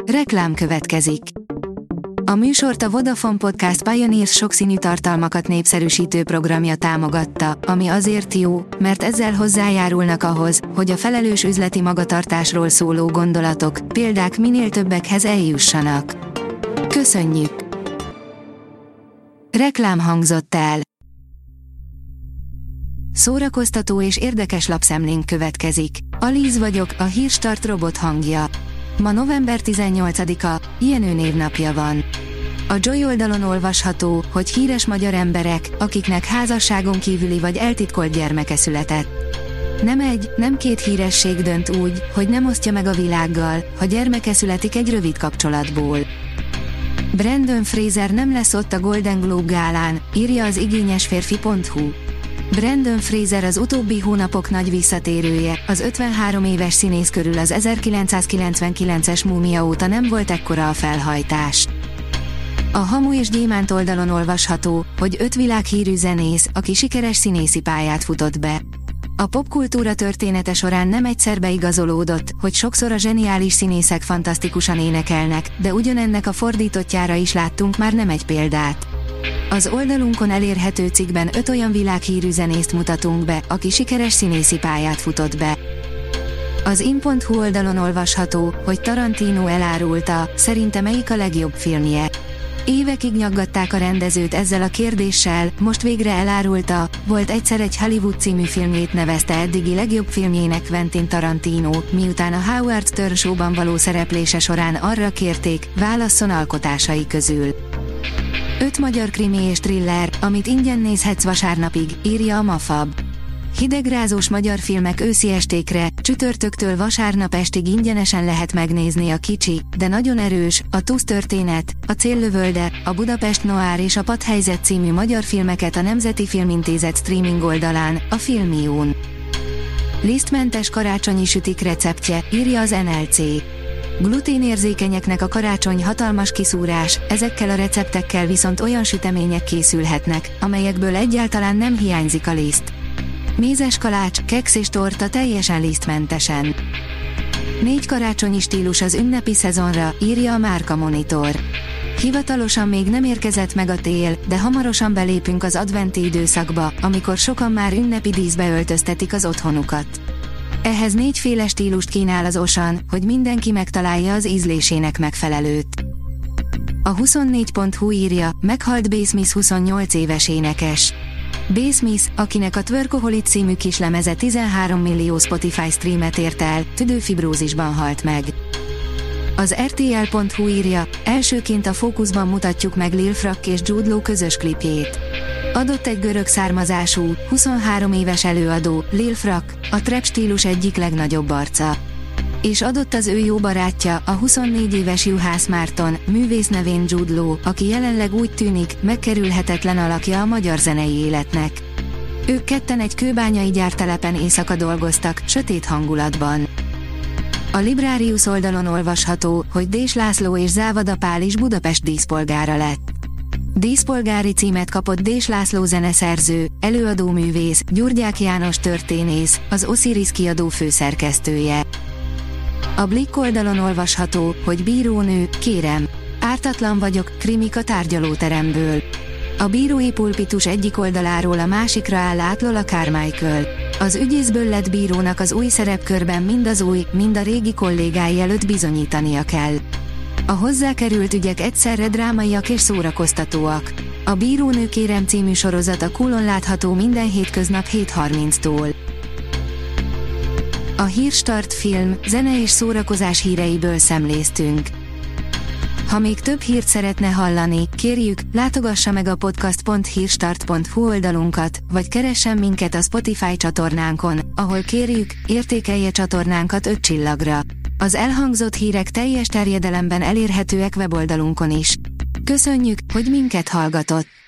Reklám következik. A műsort a Vodafone Podcast Pioneers sokszínű tartalmakat népszerűsítő programja támogatta, ami azért jó, mert ezzel hozzájárulnak ahhoz, hogy a felelős üzleti magatartásról szóló gondolatok, példák minél többekhez eljussanak. Köszönjük! Reklám hangzott el. Szórakoztató és érdekes lapszemlénk következik. Alíz vagyok, a Hírstart robot hangja. Ma november 18-a, Jenő névnapja van. A Joy oldalon olvasható, hogy híres magyar emberek, akiknek házasságon kívüli vagy eltitkolt gyermeke született. Nem egy, nem két híresség dönt úgy, hogy nem osztja meg a világgal, ha gyermeke születik egy rövid kapcsolatból. Brendan Fraser nem lesz ott a Golden Globe gálán, írja az igényesférfi.hu. Brendan Fraser az utóbbi hónapok nagy visszatérője, az 53 éves színész körül az 1999-es Múmia óta nem volt ekkora a felhajtás. A Hamu és Gyémánt oldalon olvasható, hogy 5 világhírű zenész, aki sikeres színészi pályát futott be. A popkultúra története során nem egyszer beigazolódott, hogy sokszor a zseniális színészek fantasztikusan énekelnek, de ugyanennek a fordítottjára is láttunk már nem egy példát. Az oldalunkon elérhető cikkben 5 olyan világhírű zenészt mutatunk be, aki sikeres színészi pályát futott be. Az in.hu oldalon olvasható, hogy Tarantino elárulta, szerinte melyik a legjobb filmje. Évekig nyaggatták a rendezőt ezzel a kérdéssel, most végre elárulta, Volt egyszer egy Hollywood című filmjét nevezte eddigi legjobb filmjének Quentin Tarantino, miután a Howard Stern Show-ban való szereplése során arra kérték, válasszon alkotásai közül. 5 magyar krimi és thriller, amit ingyen nézhetsz vasárnapig, írja a Mafab. Hidegrázós magyar filmek őszi estékre, csütörtöktől vasárnap estig ingyenesen lehet megnézni a Kicsi, de nagyon erős, a Tusz történet, a Céllövölde, a Budapest Noir és a Padhelyzet című magyar filmeket a Nemzeti Filmintézet streaming oldalán, a Filmión. Lisztmentes karácsonyi sütik receptje, írja az NLC. Gluténérzékenyeknek a karácsony hatalmas kiszúrás, ezekkel a receptekkel viszont olyan sütemények készülhetnek, amelyekből egyáltalán nem hiányzik a liszt. Mézes kalács, keksz és torta teljesen lisztmentesen. 4 karácsonyi stílus az ünnepi szezonra, írja a Márka Monitor. Hivatalosan még nem érkezett meg a tél, de hamarosan belépünk az adventi időszakba, amikor sokan már ünnepi díszbe öltöztetik az otthonukat. Ehhez 4 féle stílust kínál az Osan, hogy mindenki megtalálja az ízlésének megfelelőt. A 24.hu írja, meghalt Bass Smith 28 éves énekes. Bass Smith, akinek a Twerkoholic című kislemeze 13 millió Spotify streamet ért el, tüdőfibrózisban halt meg. Az RTL.hu írja, elsőként a fókuszban mutatjuk meg Lil Frak és Jude Law közös klipjét. Adott egy görög származású, 23 éves előadó, Lil Frak, a trap stílus egyik legnagyobb arca. És adott az ő jó barátja, a 24 éves Juhász Márton, művész nevén Jude Law, aki jelenleg úgy tűnik, megkerülhetetlen alakja a magyar zenei életnek. Ők ketten egy kőbányai gyártelepen éjszaka dolgoztak, sötét hangulatban. A Librarius oldalon olvasható, hogy Dés László és Závada Pál is Budapest díszpolgára lett. Díszpolgári címet kapott Dés László zeneszerző, előadóművész, Gyurgyák János történész, az Osiris kiadó főszerkesztője. A Blick oldalon olvasható, hogy bírónő, kérem, ártatlan vagyok, krimik a tárgyalóteremből. A bírói pulpitus egyik oldaláról a másikra áll át Lola Carmichael. Az ügyészből lett bírónak az új szerepkörben mind az új, mind a régi kollégái előtt bizonyítania kell. A hozzákerült ügyek egyszerre drámaiak és szórakoztatóak. A Bírónő kérem című sorozat a Kulon látható minden hétköznap 7:30-tól. A Hírstart film, zene és szórakozás híreiből szemléztünk. Ha még több hírt szeretne hallani, kérjük, látogassa meg a podcast.hírstart.hu oldalunkat, vagy keressen minket a Spotify csatornánkon, ahol kérjük, értékelje csatornánkat 5 csillagra. Az elhangzott hírek teljes terjedelemben elérhetőek weboldalunkon is. Köszönjük, hogy minket hallgatott!